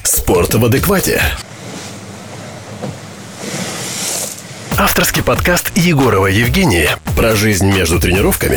Спорт в адеквате. Авторский подкаст Егорова Евгения про жизнь между тренировками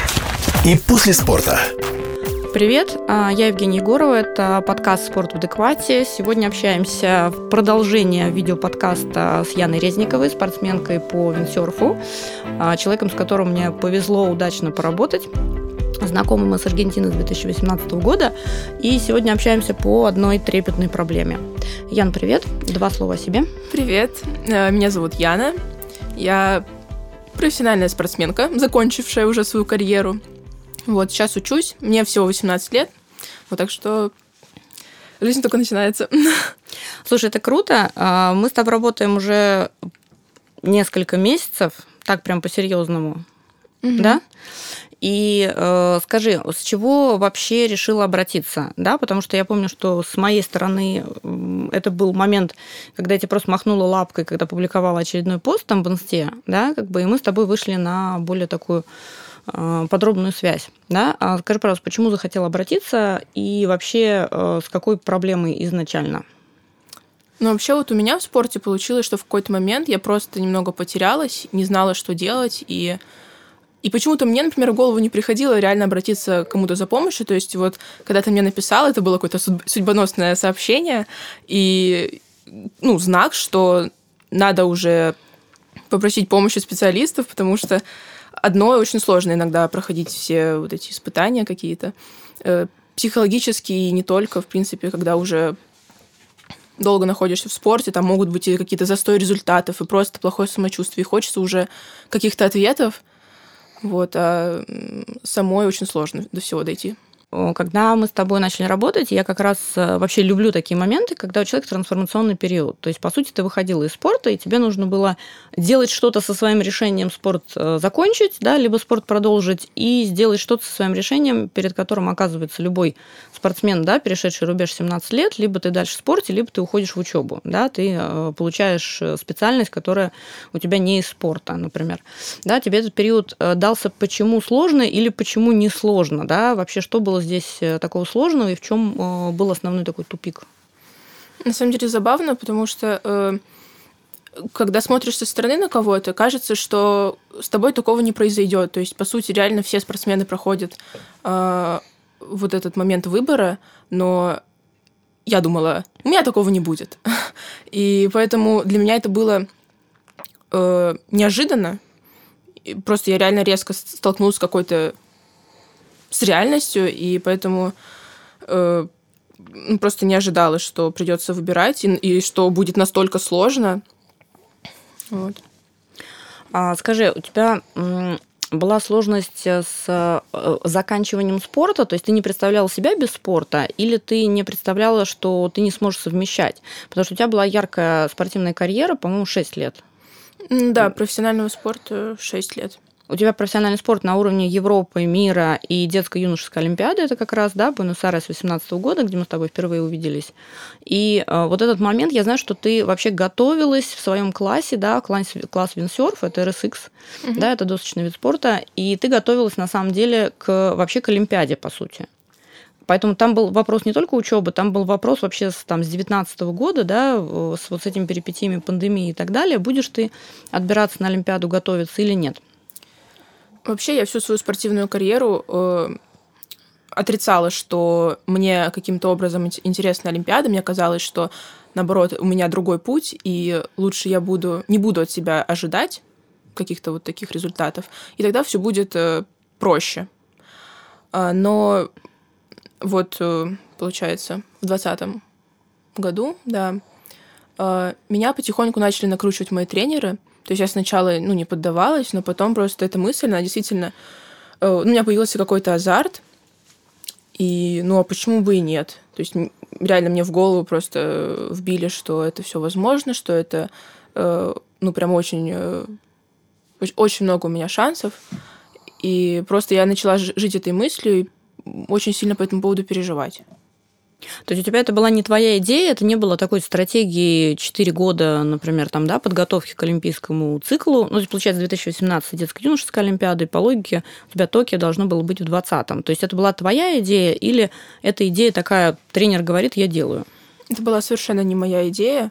и после спорта. Привет, я Евгения Егорова, это подкаст «Спорт в адеквате». Сегодня общаемся в продолжение видеоподкаста с Яной Резниковой, спортсменкой по виндсерфу, человеком, с которым мне повезло удачно поработать. Знакомы мы с Аргентиной с 2018 года, и сегодня общаемся по одной трепетной проблеме. Ян, привет. 2 слова о себе. Привет. Меня зовут Яна. Я профессиональная спортсменка, закончившая уже свою карьеру. Вот, сейчас учусь. Мне всего 18 лет. Вот, так что жизнь только начинается. Слушай, это круто. Мы с тобой работаем уже несколько месяцев, так прям по-серьезному, да? И скажи, с чего вообще решила обратиться? Да, потому что я помню, что с моей стороны это был момент, когда я тебе просто махнула лапкой, когда публиковала очередной пост там в инсте, да, как бы, и мы с тобой вышли на более такую подробную связь. Да? Скажи, пожалуйста, почему захотела обратиться и вообще с какой проблемой изначально? Ну, вообще вот у меня в спорте получилось, что в какой-то момент я просто немного потерялась, не знала, что делать, и почему-то мне, например, в голову не приходило реально обратиться к кому-то за помощью. То есть вот когда ты мне написал, это было какое-то судьбоносное сообщение и знак, что надо уже попросить помощи специалистов, потому что одно очень сложно иногда проходить все вот эти испытания какие-то. Психологически и не только, в принципе, когда уже долго находишься в спорте, там могут быть и какие-то застои результатов, и просто плохое самочувствие. И хочется уже каких-то ответов. Вот, а самой очень сложно до всего дойти. Когда мы с тобой начали работать, я как раз вообще люблю такие моменты, когда у человека трансформационный период. То есть, по сути, ты выходила из спорта, и тебе нужно было делать что-то со своим решением спорт закончить, да, либо спорт продолжить, и сделать что-то со своим решением, перед которым оказывается любой спортсмен, да, перешедший рубеж 17 лет, либо ты дальше в спорте, либо ты уходишь в учебу, да, ты получаешь специальность, которая у тебя не из спорта, например. Да, тебе этот период дался почему сложно или почему не сложно, да, вообще что было здесь такого сложного и в чем был основной такой тупик? На самом деле забавно, потому что когда смотришь со стороны на кого-то, кажется, что с тобой такого не произойдет. То есть, по сути, реально все спортсмены проходят вот этот момент выбора, но я думала, у меня такого не будет. И поэтому для меня это было неожиданно. Просто я реально резко столкнулась с реальностью, и поэтому просто не ожидала, что придется выбирать, и что будет настолько сложно. Вот. Скажи, у тебя была сложность с заканчиванием спорта, то есть ты не представляла себя без спорта, или ты не представляла, что ты не сможешь совмещать? Потому что у тебя была яркая спортивная карьера, по-моему, 6 лет. Да, профессионального спорта 6 лет. У тебя профессиональный спорт на уровне Европы, мира и детско-юношеской олимпиады, это как раз, да, Буэнос-Айрес 2018 года, где мы с тобой впервые увиделись. И вот этот момент, я знаю, что ты вообще готовилась в своем классе, да, класс виндсерф, это RSX, да, это досочный вид спорта, и ты готовилась на самом деле вообще к олимпиаде, по сути. Поэтому там был вопрос не только учебы, там был вопрос вообще с 2019 года, да, с вот с этими перипетиями пандемии и так далее, будешь ты отбираться на олимпиаду, готовиться или нет? Вообще, я всю свою спортивную карьеру отрицала, что мне каким-то образом интересна Олимпиада. Мне казалось, что, наоборот, у меня другой путь, и лучше я не буду от себя ожидать каких-то вот таких результатов, и тогда все будет проще. Но вот, получается, в 2020 году, да, меня потихоньку начали накручивать мои тренеры. То есть я сначала, не поддавалась, но потом просто эта мысль, она действительно... у меня появился какой-то азарт, и, а почему бы и нет? То есть реально мне в голову просто вбили, что это все возможно, что это, прям очень, очень много у меня шансов. И просто я начала жить этой мыслью и очень сильно по этому поводу переживать. То есть у тебя это была не твоя идея, это не было такой стратегии 4 года, например, подготовки к олимпийскому циклу. То есть, получается, 2018 детско-юношеская олимпиада, и по логике у тебя Токио должно было быть в 2020. То есть это была твоя идея или эта идея такая, тренер говорит, я делаю? Это была совершенно не моя идея,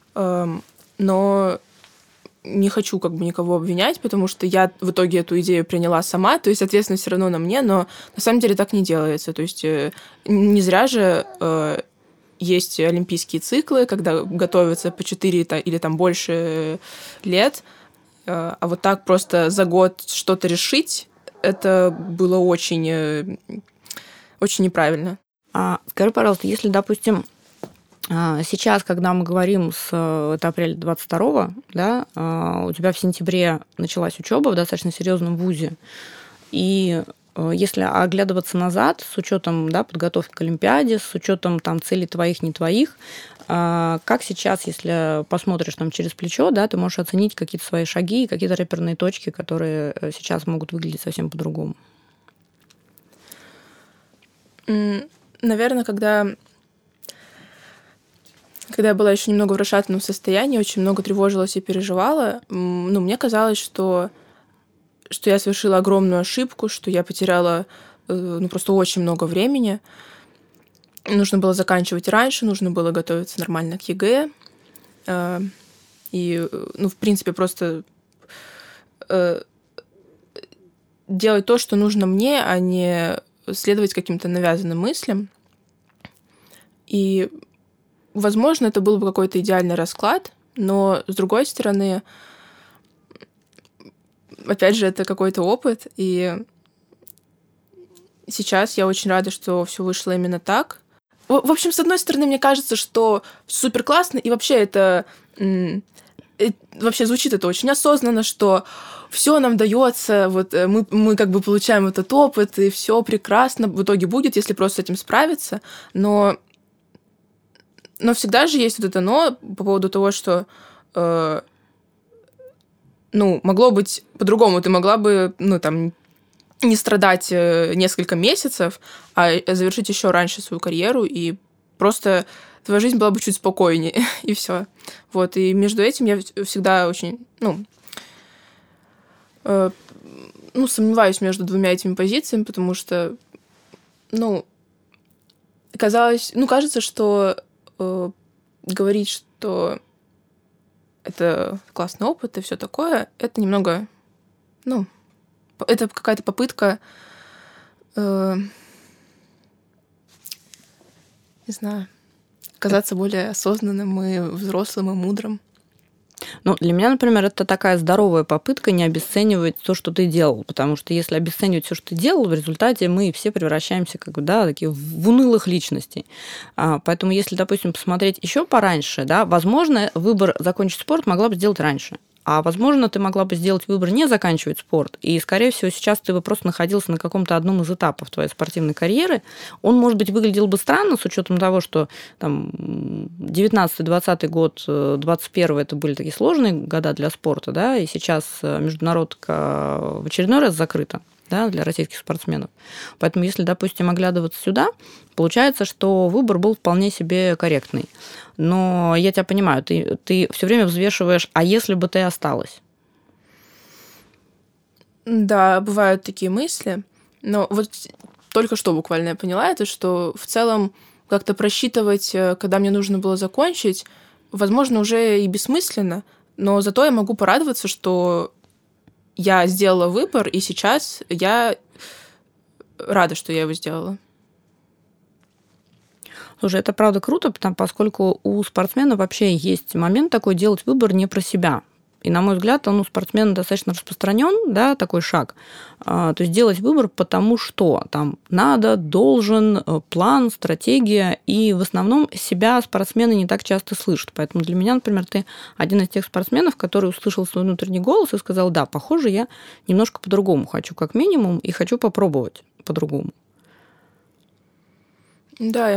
но не хочу как бы никого обвинять, потому что я в итоге эту идею приняла сама, то есть ответственность все равно на мне, но на самом деле так не делается. То есть не зря же есть олимпийские циклы, когда готовятся по 4 или там больше лет, а вот так просто за год что-то решить, это было очень, очень неправильно. Скажи, пожалуйста, если, допустим, сейчас, когда мы говорим это апреля 22-го, да, у тебя в сентябре началась учеба в достаточно серьезном вузе, и если оглядываться назад, с учетом, да, подготовки к Олимпиаде, с учетом там целей твоих, не твоих, как сейчас, если посмотришь там через плечо, да, ты можешь оценить какие-то свои шаги, какие-то реперные точки, которые сейчас могут выглядеть совсем по-другому? Наверное, когда я была еще немного в расшатанном состоянии, очень много тревожилась и переживала, мне казалось, что я совершила огромную ошибку, что я потеряла просто очень много времени. Нужно было заканчивать раньше, нужно было готовиться нормально к ЕГЭ. И, в принципе, просто делать то, что нужно мне, а не следовать каким-то навязанным мыслям. И, возможно, это был бы какой-то идеальный расклад, но, с другой стороны, опять же, это какой-то опыт, и сейчас я очень рада, что все вышло именно так. В общем, с одной стороны, мне кажется, что супер классно, и вообще это вообще звучит это очень осознанно, что все нам дается, вот мы как бы получаем этот опыт, и все прекрасно в итоге будет, если просто с этим справиться. Но всегда же есть вот это «но» по поводу того, что могло быть по-другому. Ты могла бы, не страдать несколько месяцев, а завершить еще раньше свою карьеру, и просто твоя жизнь была бы чуть спокойнее, и все. Вот, и между этим я всегда очень, сомневаюсь между двумя этими позициями, потому что, кажется, что говорить, что это классный опыт и все такое, это немного, это какая-то попытка, не знаю, казаться более осознанным и взрослым и мудрым. Для меня, например, это такая здоровая попытка не обесценивать то, что ты делал, потому что если обесценивать все, что ты делал, в результате мы все превращаемся такие в унылых личностей. Поэтому если, допустим, посмотреть еще пораньше, да, возможно, выбор закончить спорт могла бы сделать раньше. А, возможно, ты могла бы сделать выбор не заканчивать спорт. И, скорее всего, сейчас ты бы просто находился на каком-то одном из этапов твоей спортивной карьеры. Он, может быть, выглядел бы странно с учетом того, что 19-20 год, 21-й это были такие сложные года для спорта, да, и сейчас международка в очередной раз закрыта, да, для российских спортсменов. Поэтому, если, допустим, оглядываться сюда, получается, что выбор был вполне себе корректный. Но я тебя понимаю, ты все время взвешиваешь, а если бы ты осталась? Да, бывают такие мысли. Но вот только что буквально я поняла это, что в целом как-то просчитывать, когда мне нужно было закончить, возможно, уже и бессмысленно, но зато я могу порадоваться, что я сделала выбор, и сейчас я рада, что я его сделала. Слушай, это правда круто, поскольку у спортсмена вообще есть момент такой делать выбор не про себя. И, на мой взгляд, он у спортсмена достаточно распространен, да, такой шаг. То есть делать выбор потому что там надо, должен, план, стратегия. И в основном себя спортсмены не так часто слышат. Поэтому для меня, например, ты один из тех спортсменов, который услышал свой внутренний голос и сказал: да, похоже, я немножко по-другому хочу, как минимум, и хочу попробовать по-другому. Да,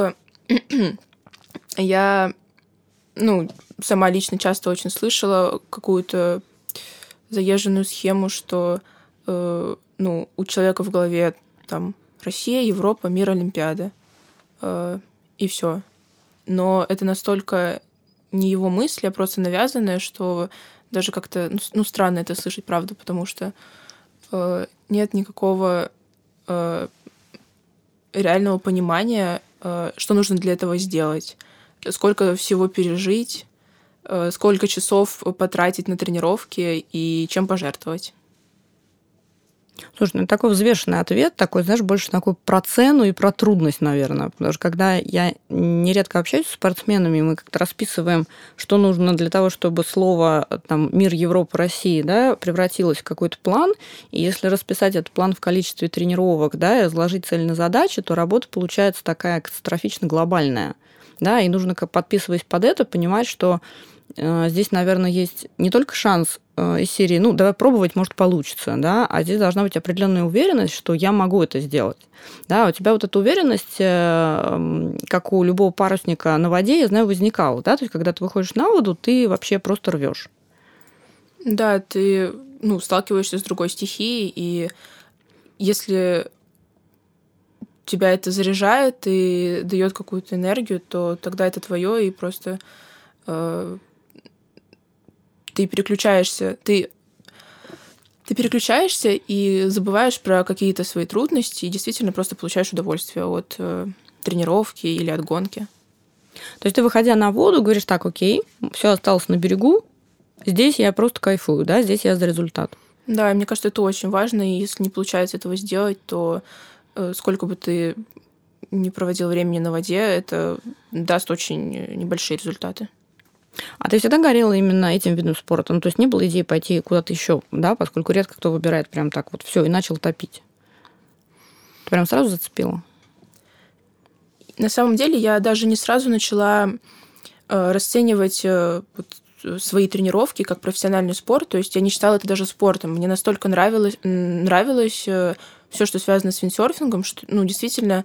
я сама лично часто очень слышала какую-то заезженную схему, что у человека в голове там Россия, Европа, мир, Олимпиада. И все. Но это настолько не его мысли, а просто навязанное, что даже как-то странно это слышать, правда, потому что нет никакого реального понимания, что нужно для этого сделать. сколько всего пережить, сколько часов потратить на тренировки и чем пожертвовать. Слушай, ну это такой взвешенный ответ, такой, знаешь, больше такой про цену и про трудность, наверное. Потому что когда я нередко общаюсь с спортсменами, мы как-то расписываем, что нужно для того, чтобы слово там, «мир, Европа, Россия», да, превратилось в какой-то план. И если расписать этот план в количестве тренировок, да, и разложить цельные задачи, то работа получается такая катастрофично глобальная. Да, и нужно, подписываясь под это, понимать, что здесь, наверное, есть не только шанс из серии, ну, давай пробовать, может, получится, да, а здесь должна быть определенная уверенность, что я могу это сделать. Да, у тебя вот эта уверенность, как у любого парусника на воде, я знаю, возникала, да, то есть когда ты выходишь на воду, ты вообще просто рвешь. Да, ты, сталкиваешься с другой стихией, и если тебя это заряжает и дает какую-то энергию, то тогда это твое, и просто ты переключаешься и забываешь про какие-то свои трудности и действительно просто получаешь удовольствие от тренировки или от гонки. То есть ты, выходя на воду, говоришь: так, окей, все осталось на берегу, здесь я просто кайфую, да, здесь я за результат. Да, и мне кажется, это очень важно, и если не получается этого сделать, то сколько бы ты ни проводил времени на воде, это даст очень небольшие результаты. А ты всегда горела именно этим видом спорта? Ну, то есть не было идеи пойти куда-то еще, да, поскольку редко кто выбирает прям так вот все и начал топить. Ты прям сразу зацепила? На самом деле я даже не сразу начала расценивать свои тренировки как профессиональный спорт. То есть я не считала это даже спортом. Мне настолько нравилось все, что связано с виндсерфингом, что, действительно,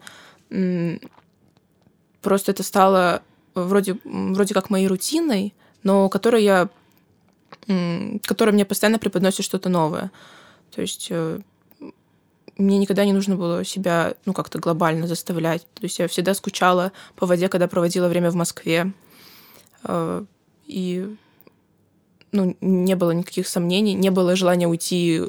просто это стало вроде как моей рутиной, но которая мне постоянно преподносит что-то новое. То есть мне никогда не нужно было себя как-то глобально заставлять. То есть я всегда скучала по воде, когда проводила время в Москве. И не было никаких сомнений, не было желания уйти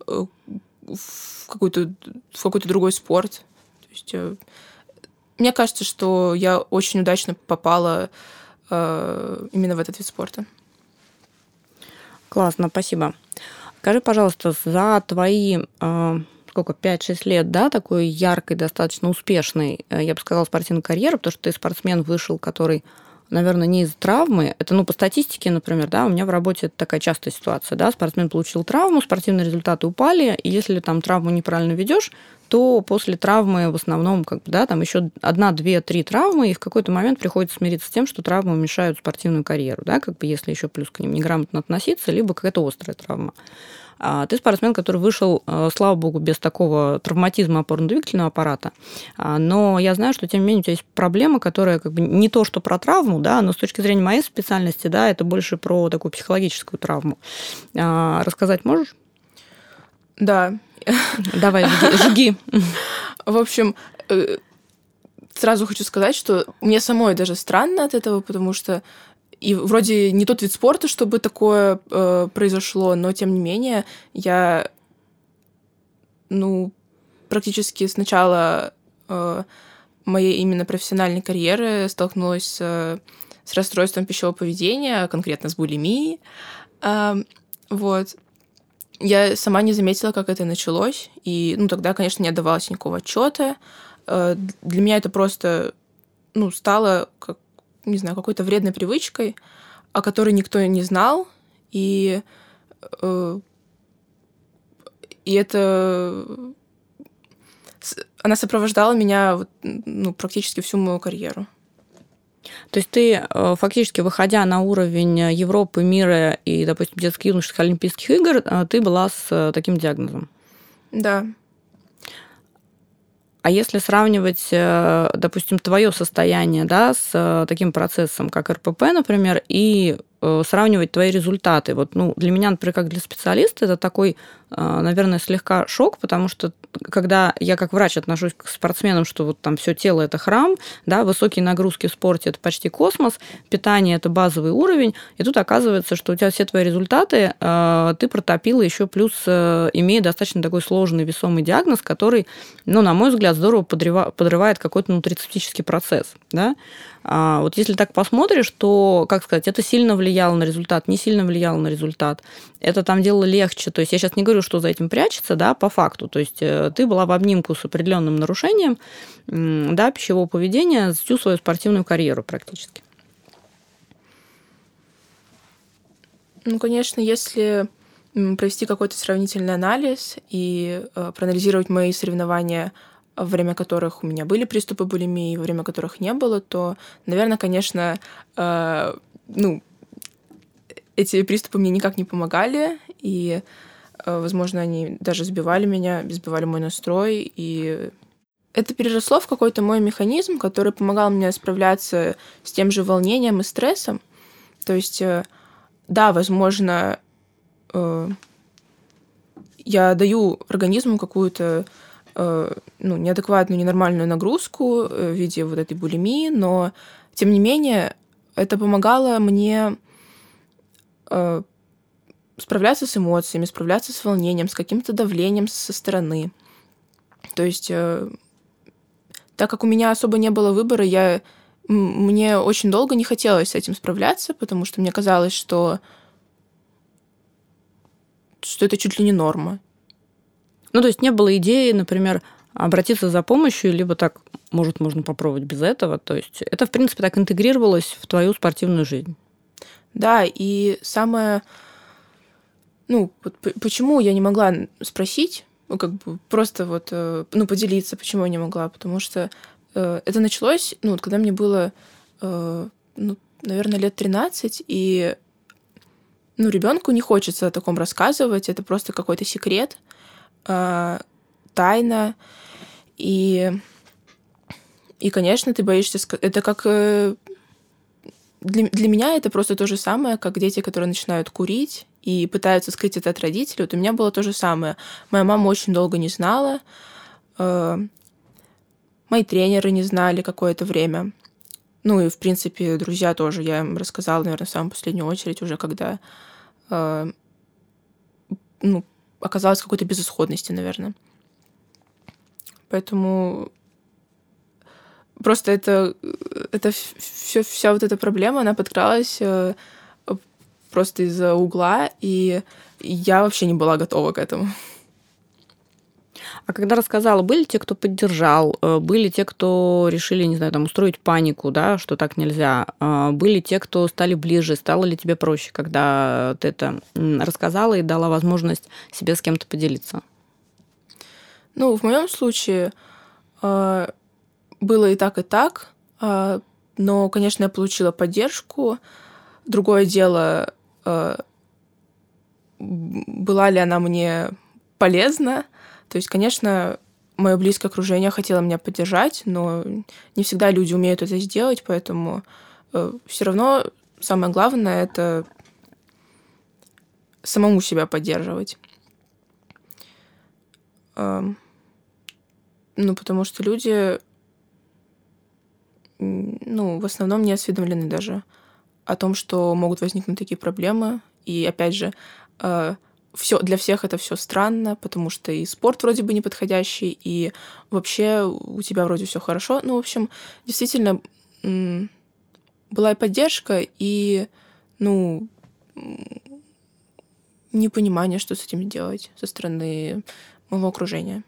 в какой-то другой спорт. То есть мне кажется, что я очень удачно попала именно в этот вид спорта. Классно, спасибо. Скажи, пожалуйста, за твои 5-6 лет, да, такой яркой, достаточно успешной, я бы сказала, спортивной карьеры, потому что ты спортсмен вышел, который, наверное, не из-за травмы. Это, по статистике, например, да, у меня в работе это такая частая ситуация, да, спортсмен получил травму, спортивные результаты упали, и если там травму неправильно ведешь, то после травмы в основном, там еще 1, 2, 3 травмы, и в какой-то момент приходится смириться с тем, что травмы мешают спортивную карьеру, да, если еще плюс к ним неграмотно относиться, либо какая-то острая травма. А ты спортсмен, который вышел, слава богу, без такого травматизма опорно-двигательного аппарата, но я знаю, что, тем не менее, у тебя есть проблема, которая не то, что про травму, да, но с точки зрения моей специальности, да, это больше про такую психологическую травму. Рассказать можешь? Да. Давай, жги. В общем, сразу хочу сказать, что мне самой даже странно от этого, потому что и вроде не тот вид спорта, чтобы такое произошло, но тем не менее я, практически с начала моей именно профессиональной карьеры столкнулась с расстройством пищевого поведения, конкретно с булимией. Вот. Я сама не заметила, как это началось, и тогда, конечно, не отдавалось никакого отчета. Для меня это просто стало какой-то вредной привычкой, о которой никто не знал, и это она сопровождала меня практически всю мою карьеру. То есть ты, фактически, выходя на уровень Европы, мира и, допустим, детских юношеских олимпийских игр, ты была с таким диагнозом? Да. А если сравнивать, допустим, твое состояние, да, с таким процессом, как РПП, например, и сравнивать твои результаты. Для меня, например, как для специалиста, это такой наверное, слегка шок, потому что когда я как врач отношусь к спортсменам, что вот там все тело – это храм, да, высокие нагрузки в спорте – это почти космос, питание – это базовый уровень, и тут оказывается, что у тебя все твои результаты ты протопила еще плюс имея достаточно такой сложный весомый диагноз, который, ну, на мой взгляд, здорово подрывает какой-то нутрицептический процесс, да. Вот если так посмотришь, то, как сказать, это сильно влияло на результат, не сильно влияло на результат. Это там делало легче. То есть я сейчас не говорю, что за этим прячется, да, по факту. То есть ты была в обнимку с определенным нарушением, да, пищевого поведения всю свою спортивную карьеру практически. Ну, конечно, если провести какой-то сравнительный анализ и проанализировать мои соревнования, во время которых у меня были приступы булимии, во время которых не было, то, наверное, конечно, эти приступы мне никак не помогали, и, возможно, они даже сбивали меня, сбивали мой настрой, и это переросло в какой-то мой механизм, который помогал мне справляться с тем же волнением и стрессом. То есть, да, возможно, я даю организму какую-то неадекватную, ненормальную нагрузку в виде вот этой булимии, но, тем не менее, это помогало мне справляться с эмоциями, справляться с волнением, с каким-то давлением со стороны. То есть, так как у меня особо не было выбора, мне очень долго не хотелось с этим справляться, потому что мне казалось, что это чуть ли не норма. Ну, то есть не было идеи, например, обратиться за помощью, либо так, может, можно попробовать без этого. То есть это, в принципе, так интегрировалось в твою спортивную жизнь. Да, и самое... почему я не могла спросить, просто поделиться, почему я не могла? Потому что это началось, когда мне было, наверное, лет 13, и ребенку не хочется о таком рассказывать, это просто какой-то секрет, тайна, и, конечно, ты боишься... Это как... Для меня это просто то же самое, как дети, которые начинают курить и пытаются скрыть это от родителей. Вот у меня было то же самое. Моя мама очень долго не знала, мои тренеры не знали какое-то время. И, в принципе, друзья тоже. Я им рассказала, наверное, в самую последнюю очередь уже, когда... оказалась в какой-то безысходности, наверное. Поэтому просто вся вот эта проблема, она подкралась просто из-за угла, и я вообще не была готова к этому. А когда рассказала, были те, кто поддержал, были те, кто решили, не знаю, там, устроить панику, да, что так нельзя, были те, кто стали ближе, стало ли тебе проще, когда ты это рассказала и дала возможность себе с кем-то поделиться? В моем случае было и так, но, конечно, я получила поддержку. Другое дело, была ли она мне полезна. То есть, конечно, мое близкое окружение хотело меня поддержать, но не всегда люди умеют это сделать, поэтому все равно самое главное — это самому себя поддерживать. Потому что люди, в основном не осведомлены даже о том, что могут возникнуть такие проблемы. И, опять же, для всех это все странно, потому что и спорт вроде бы неподходящий, и вообще у тебя вроде все хорошо. В общем, действительно, была и поддержка, и, непонимание, что с этим делать со стороны моего окружения.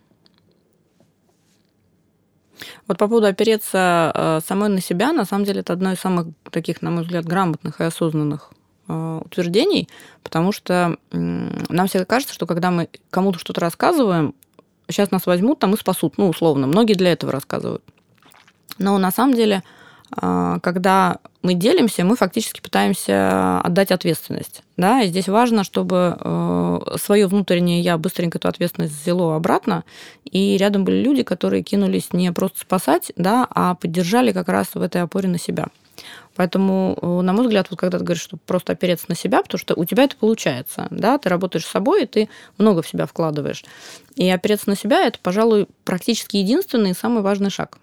Вот по поводу опереться самой на себя, на самом деле, это одно из самых таких, на мой взгляд, грамотных и осознанных утверждений, потому что нам всегда кажется, что когда мы кому-то что-то рассказываем, сейчас нас возьмут там и спасут, условно. Многие для этого рассказывают. Но на самом деле, когда мы делимся, мы фактически пытаемся отдать ответственность. Да? И здесь важно, чтобы свое внутреннее «я» быстренько эту ответственность взяло обратно, и рядом были люди, которые кинулись не просто спасать, да, а поддержали как раз в этой опоре на себя. Поэтому, на мой взгляд, вот когда ты говоришь, что просто опереться на себя, потому что у тебя это получается, да, ты работаешь с собой, и ты много в себя вкладываешь. И опереться на себя – это, пожалуй, практически единственный и самый важный шаг.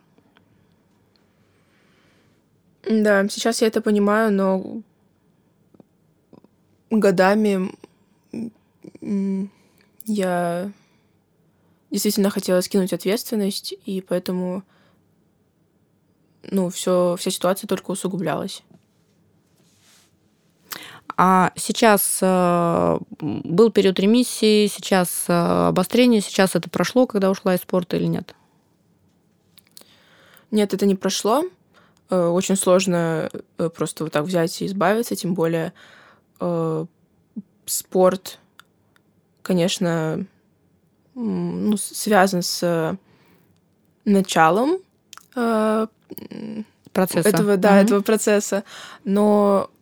Да, сейчас я это понимаю, но годами я действительно хотела скинуть ответственность, и поэтому, вся ситуация только усугублялась. А сейчас был период ремиссии, сейчас обострение, сейчас это прошло, когда ушла из спорта или нет? Нет, это не прошло. Очень сложно просто вот так взять и избавиться, тем более спорт, конечно, связан с началом Процесса. этого процесса, но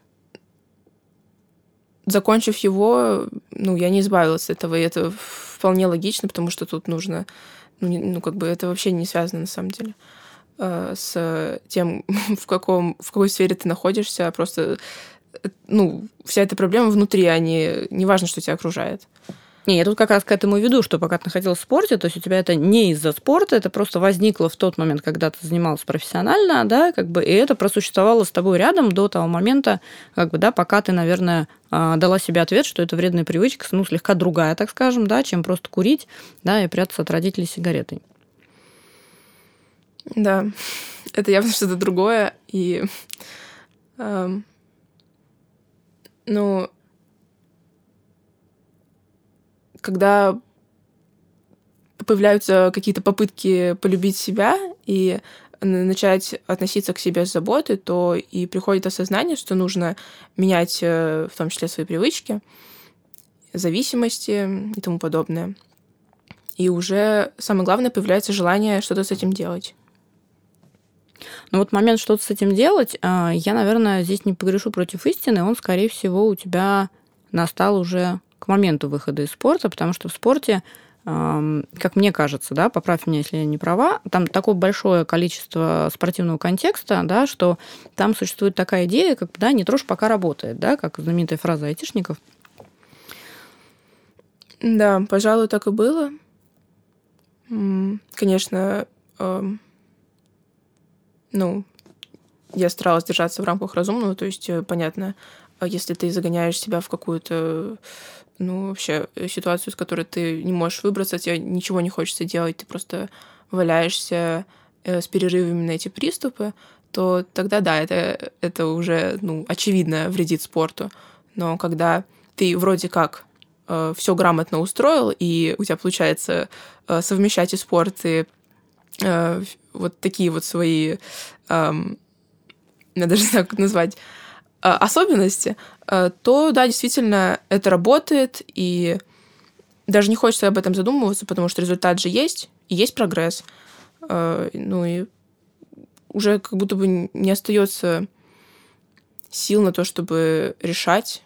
закончив его, я не избавилась от этого, и это вполне логично, потому что тут нужно, это вообще не связано на самом деле с тем, в какой сфере ты находишься, а просто, вся эта проблема внутри, а не важно, что тебя окружает. Не, я тут как раз к этому и веду, что пока ты находилась в спорте, то есть у тебя это не из-за спорта, это просто возникло в тот момент, когда ты занималась профессионально, да, и это просуществовало с тобой рядом до того момента, пока ты, наверное, дала себе ответ, что это вредная привычка, слегка другая, так скажем, да, чем просто курить, да, и прятаться от родителей сигаретой. Да, это явно что-то другое, и, когда появляются какие-то попытки полюбить себя и начать относиться к себе с заботой, то и приходит осознание, что нужно менять в том числе свои привычки, зависимости и тому подобное. И уже самое главное, появляется желание что-то с этим делать. Момент что-то с этим делать, я, наверное, здесь не погрешу против истины, он, скорее всего, у тебя настал уже к моменту выхода из спорта, потому что в спорте, как мне кажется, да, поправь меня, если я не права, там такое большое количество спортивного контекста, да, что там существует такая идея, как «не трожь, пока работает», да, как знаменитая фраза айтишников. Да, пожалуй, так и было. Конечно, я старалась держаться в рамках разумного, то есть, понятно, если ты загоняешь себя в какую-то, вообще ситуацию, с которой ты не можешь выбраться, тебе ничего не хочется делать, ты просто валяешься с перерывами на эти приступы, то тогда, да, это уже, очевидно, вредит спорту. Но когда ты вроде как все грамотно устроил, и у тебя получается совмещать и спорт, и вот такие вот свои, я даже не знаю, как назвать, особенности, то, да, действительно, это работает, и даже не хочется об этом задумываться, потому что результат же есть, и есть прогресс. И уже как будто бы не остается сил на то, чтобы решать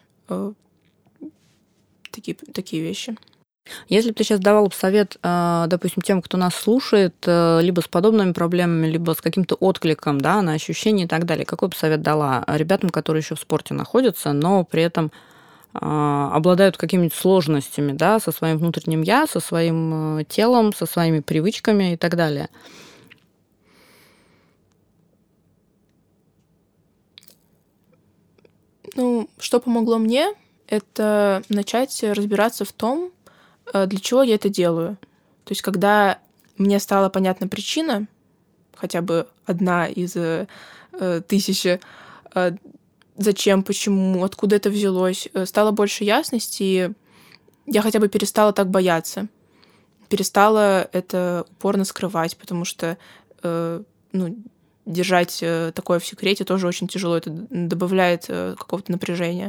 такие вещи. Если бы ты сейчас давала бы совет, допустим, тем, кто нас слушает, либо с подобными проблемами, либо с каким-то откликом, да, на ощущения и так далее, какой бы совет дала ребятам, которые еще в спорте находятся, но при этом обладают какими-нибудь сложностями, да, со своим внутренним «я», со своим телом, со своими привычками и так далее? Что помогло мне, это начать разбираться в том, для чего я это делаю. То есть, когда мне стала понятна причина, хотя бы одна из тысячи, зачем, почему, откуда это взялось, стало больше ясности, и я хотя бы перестала так бояться. Перестала это упорно скрывать, потому что держать такое в секрете тоже очень тяжело. Это добавляет какого-то напряжения.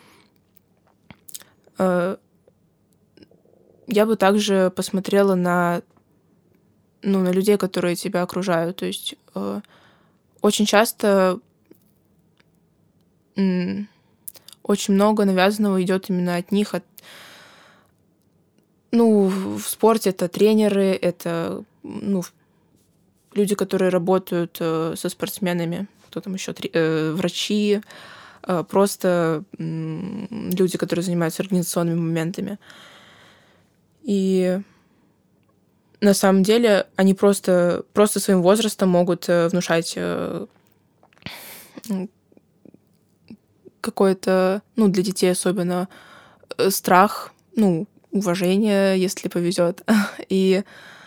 Я бы также посмотрела на людей, которые тебя окружают. То есть очень часто очень много навязанного идет именно от них. В спорте это тренеры, это люди, которые работают со спортсменами. кто там еще, врачи, просто люди, которые занимаются организационными моментами. И на самом деле они просто своим возрастом могут внушать какой-то, для детей особенно, страх, уважение, если повезет. И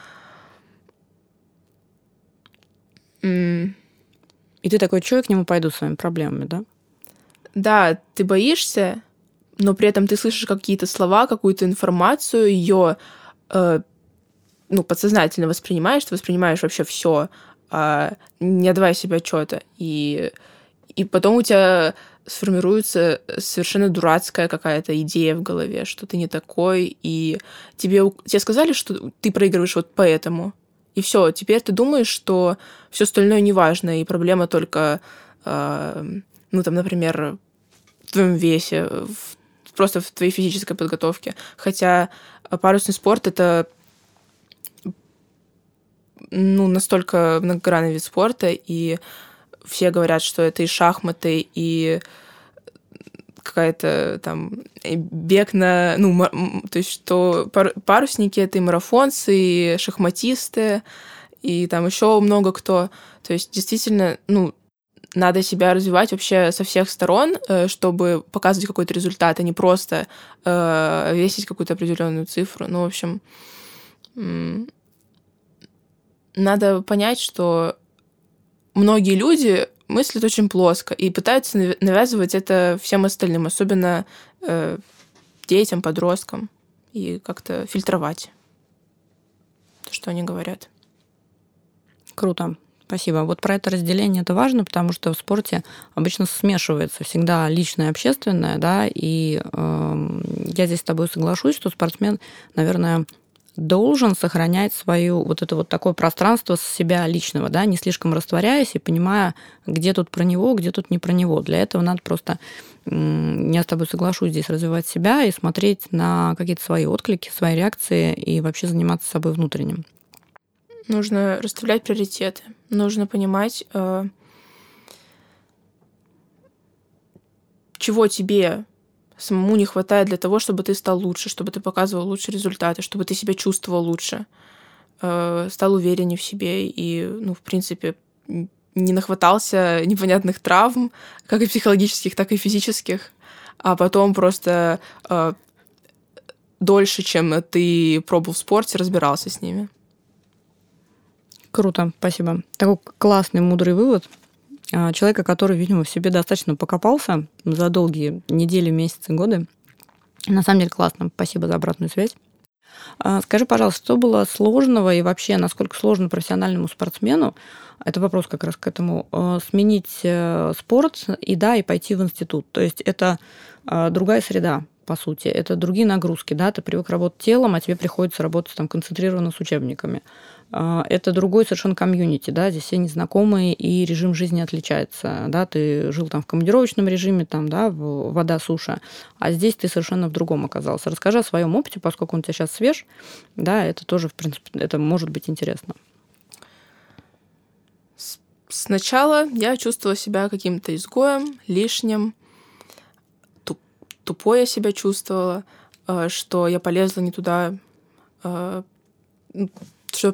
ты такой, что я к нему пойду с своими проблемами, да? Да, ты боишься, но при этом ты слышишь какие-то слова, какую-то информацию, ее подсознательно воспринимаешь, ты воспринимаешь вообще все, не отдавая себе отчета. И потом у тебя сформируется совершенно дурацкая какая-то идея в голове, что ты не такой, и тебе сказали, что ты проигрываешь вот поэтому. И все, теперь ты думаешь, что все остальное неважно, и проблема только, например, в твоем весе, просто в твоей физической подготовке. Хотя парусный спорт — это настолько многогранный вид спорта, и все говорят, что это и шахматы, и какая-то там бег на... то есть что парусники — это и марафонцы, и шахматисты, и там еще много кто. То есть действительно, надо себя развивать вообще со всех сторон, чтобы показывать какой-то результат, а не просто весить какую-то определенную цифру. В общем, надо понять, что многие люди мыслят очень плоско и пытаются навязывать это всем остальным, особенно детям, подросткам, и как-то фильтровать то, что они говорят. Круто. Спасибо. Вот про это разделение это важно, потому что в спорте обычно смешивается всегда личное и общественное, да, и я здесь с тобой соглашусь, что спортсмен, наверное, должен сохранять свою вот это вот такое пространство себя личного, да, не слишком растворяясь и понимая, где тут про него, где тут не про него. Для этого надо просто, я с тобой соглашусь, здесь развивать себя и смотреть на какие-то свои отклики, свои реакции и вообще заниматься собой внутренним. Нужно расставлять приоритеты. Нужно понимать, чего тебе самому не хватает для того, чтобы ты стал лучше, чтобы ты показывал лучшие результаты, чтобы ты себя чувствовал лучше, стал увереннее в себе и, в принципе, не нахватался непонятных травм, как и психологических, так и физических, а потом просто дольше, чем ты пробовал в спорте, разбирался с ними. Круто, спасибо. Такой классный, мудрый вывод. Человека, который, видимо, в себе достаточно покопался за долгие недели, месяцы, годы. На самом деле классно. Спасибо за обратную связь. Скажи, пожалуйста, что было сложного и вообще, насколько сложно профессиональному спортсмену, это вопрос как раз к этому, сменить спорт и пойти в институт? То есть это другая среда, по сути, это другие нагрузки, да, ты привык работать телом, а тебе приходится работать там концентрированно с учебниками. Это другой совершенно комьюнити, да, здесь все незнакомые, и режим жизни отличается, да, ты жил там в командировочном режиме, там, да, вода, суша, а здесь ты совершенно в другом оказался. Расскажи о своем опыте, поскольку он у тебя сейчас свеж, да, это тоже, в принципе, это может быть интересно. Сначала я чувствовала себя каким-то изгоем, лишним, тупой я себя чувствовала, что я полезла не туда, что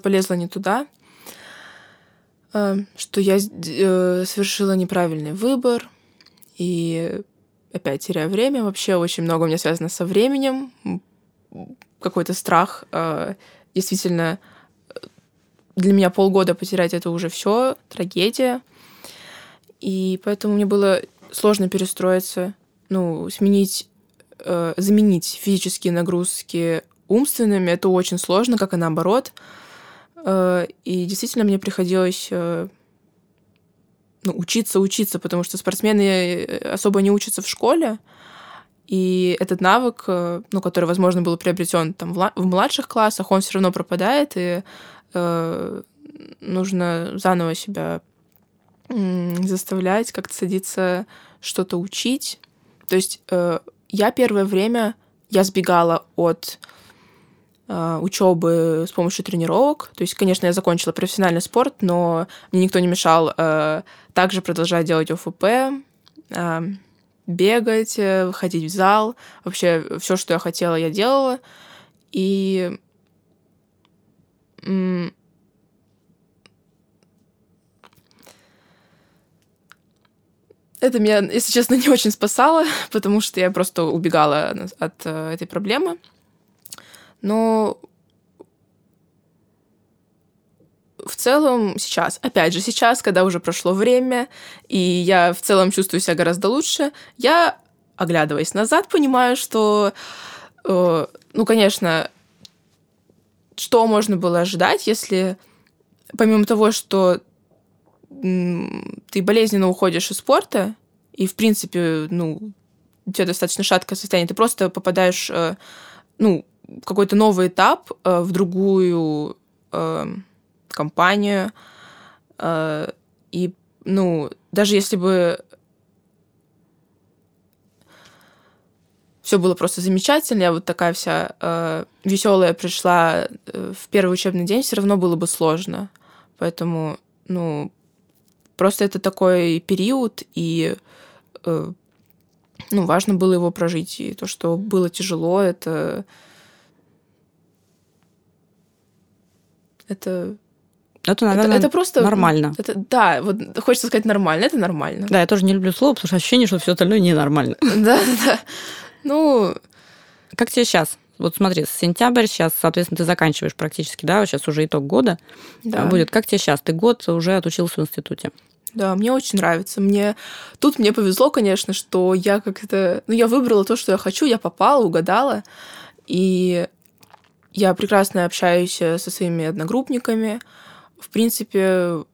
я совершила неправильный выбор, и опять теряю время. Вообще очень много у меня связано со временем, какой-то страх. Действительно, для меня полгода потерять — это уже все трагедия. И поэтому мне было сложно перестроиться, заменить физические нагрузки умственными. Это очень сложно, как и наоборот. И действительно мне приходилось учиться, потому что спортсмены особо не учатся в школе. И этот навык, который, возможно, был приобретен там в младших классах, он все равно пропадает, и нужно заново себя заставлять, как-то садиться, что-то учить. То есть я первое время сбегала от учебы с помощью тренировок. То есть, конечно, я закончила профессиональный спорт, но мне никто не мешал также продолжать делать ОФП, бегать, ходить в зал. Вообще все, что я хотела, я делала. И это меня, если честно, не очень спасало, потому что я просто убегала от этой проблемы. Но в целом сейчас, опять же, сейчас, когда уже прошло время, и я в целом чувствую себя гораздо лучше, я, оглядываясь назад, понимаю, что, конечно, что можно было ожидать, если помимо того, что ты болезненно уходишь из спорта, и, в принципе, у тебя достаточно шаткое состояние, ты просто попадаешь, в какой-то новый этап, в другую компанию, и, даже если бы все было просто замечательно, я вот такая вся веселая пришла в первый учебный день, все равно было бы сложно. Поэтому, просто это такой период, и важно было его прожить. И то, что было тяжело, это наверное, это просто нормально. Да, вот хочется сказать нормально, это нормально. Да, я тоже не люблю слово, потому что ощущение, что все остальное ненормально. Да. Как тебе сейчас? Вот смотри, сентябрь, сейчас, соответственно, ты заканчиваешь практически, да, сейчас уже итог года будет. Как тебе сейчас? Ты год уже отучился в институте. Да, мне очень нравится. Тут мне повезло, конечно, что я как-то... я выбрала то, что я хочу, я попала, угадала. И я прекрасно общаюсь со своими одногруппниками. В принципе,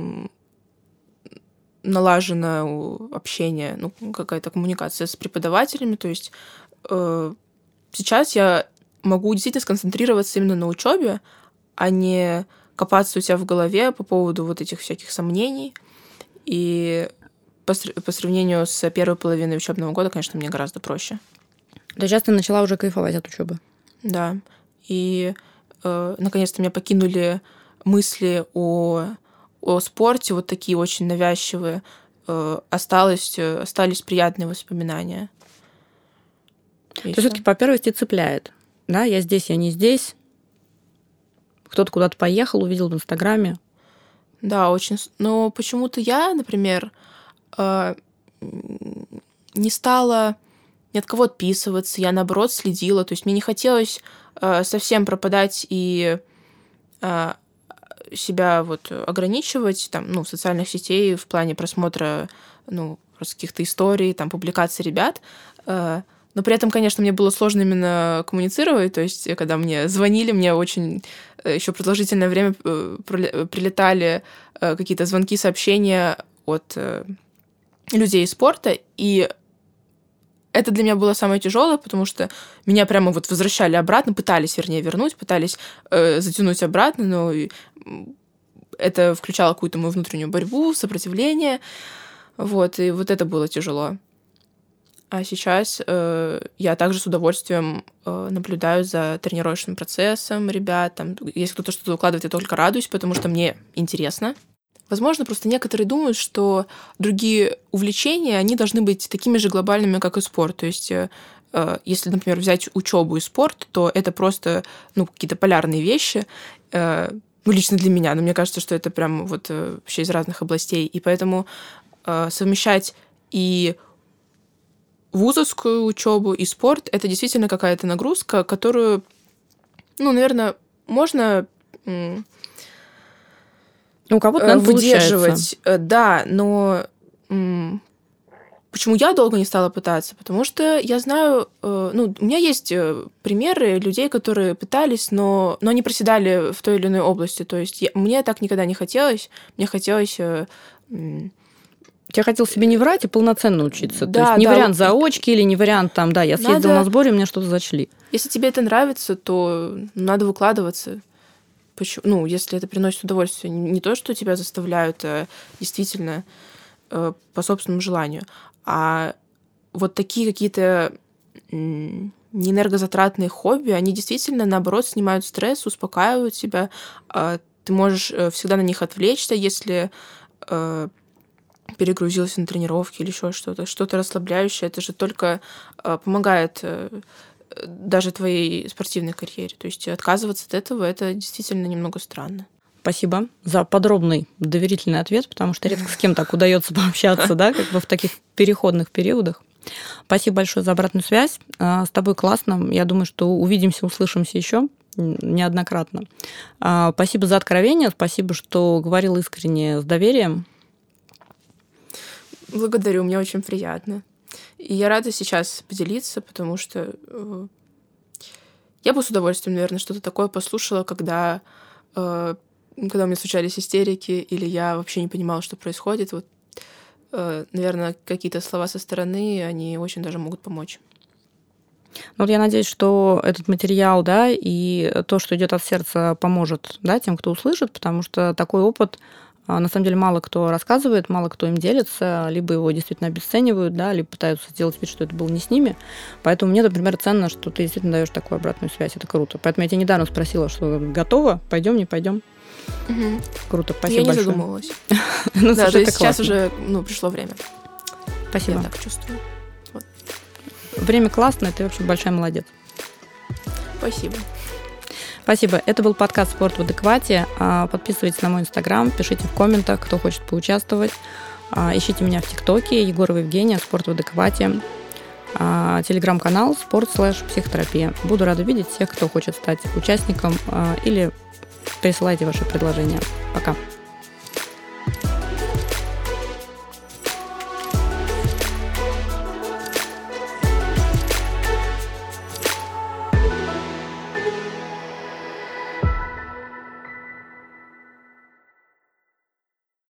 налажено общение, какая-то коммуникация с преподавателями. То есть сейчас я могу действительно сконцентрироваться именно на учебе, а не копаться у себя в голове по поводу вот этих всяких сомнений. И по сравнению с первой половиной учебного года, конечно, мне гораздо проще. Да, сейчас ты начала уже кайфовать от учебы. Да. И наконец-то меня покинули мысли о спорте, вот такие очень навязчивые. Остались приятные воспоминания. То есть все-таки по первости цепляет. Да, я здесь, я не здесь. Кто-то куда-то поехал, увидел в Инстаграме. Да, очень. Но почему-то я, например, не стала ни от кого отписываться, я, наоборот, следила. То есть мне не хотелось совсем пропадать и себя ограничивать в социальных сетях в плане просмотра просто каких-то историй, публикаций ребят. Но при этом, конечно, мне было сложно именно коммуницировать. То есть, когда мне звонили, мне очень еще продолжительное время прилетали какие-то звонки, сообщения от людей из спорта. И это для меня было самое тяжелое, потому что меня прямо возвращали обратно, пытались, вернуть, пытались затянуть обратно, но это включало какую-то мою внутреннюю борьбу, сопротивление. И это было тяжело. А сейчас я также с удовольствием наблюдаю за тренировочным процессом ребят. Если кто-то что-то выкладывает, я только радуюсь, потому что мне интересно. Возможно, просто некоторые думают, что другие увлечения, они должны быть такими же глобальными, как и спорт. То есть, если, например, взять учебу и спорт, то это просто какие-то полярные вещи. Лично для меня. Но мне кажется, что это прям вообще из разных областей. И поэтому совмещать и вузовскую учебу и спорт — это действительно какая-то нагрузка, которую, наверное, можно у кого-то, наверное, выдерживать. Да, но почему я долго не стала пытаться? Потому что я знаю, у меня есть примеры людей, которые пытались, но они проседали в той или иной области. То есть мне так никогда не хотелось. Мне хотелось... Я хотел себе не врать и полноценно учиться. Да, то есть не вариант заочки или не вариант я съездил на сборе, мне что-то зачли. Если тебе это нравится, то надо выкладываться. Почему? Если это приносит удовольствие. Не то, что тебя заставляют, а действительно по собственному желанию. А вот такие какие-то неэнергозатратные хобби, они действительно, наоборот, снимают стресс, успокаивают тебя. Ты можешь всегда на них отвлечься, если перегрузился на тренировке или еще что-то расслабляющее. Это же только помогает даже твоей спортивной карьере. То есть отказываться от этого — это действительно немного странно. Спасибо за подробный, доверительный ответ, потому что редко с кем так удается пообщаться, да, как бы в таких переходных периодах. Спасибо большое за обратную связь. С тобой классно. Я думаю, что увидимся, услышимся еще неоднократно. Спасибо за откровение, спасибо, что говорил искренне, с доверием. Благодарю, мне очень приятно. И я рада сейчас поделиться, потому что я бы с удовольствием, наверное, что-то такое послушала, когда у меня случались истерики, или я вообще не понимала, что происходит. Вот, наверное, какие-то слова со стороны, они очень даже могут помочь. Вот я надеюсь, что этот материал, да, и то, что идет от сердца, поможет, да, тем, кто услышит, потому что такой опыт, на самом деле, мало кто рассказывает, мало кто им делится, либо его действительно обесценивают, да, либо пытаются сделать вид, что это было не с ними. Поэтому мне, например, ценно, что ты действительно даешь такую обратную связь. Это круто. Поэтому я тебя недавно спросила, что готова, пойдем, не пойдем. Угу. Круто, спасибо большое. Я не задумывалась. Да, то есть сейчас уже пришло время. Спасибо. Я так чувствую. Время классное, ты вообще большая молодец. Спасибо. Спасибо. Это был подкаст «Спорт в адеквате». Подписывайтесь на мой инстаграм, пишите в комментах, кто хочет поучаствовать. Ищите меня в ТикТоке, Егорова Евгения, «Спорт в адеквате». Телеграм-канал «Спорт/психотерапия». Буду рада видеть всех, кто хочет стать участником, или присылайте ваши предложения. Пока.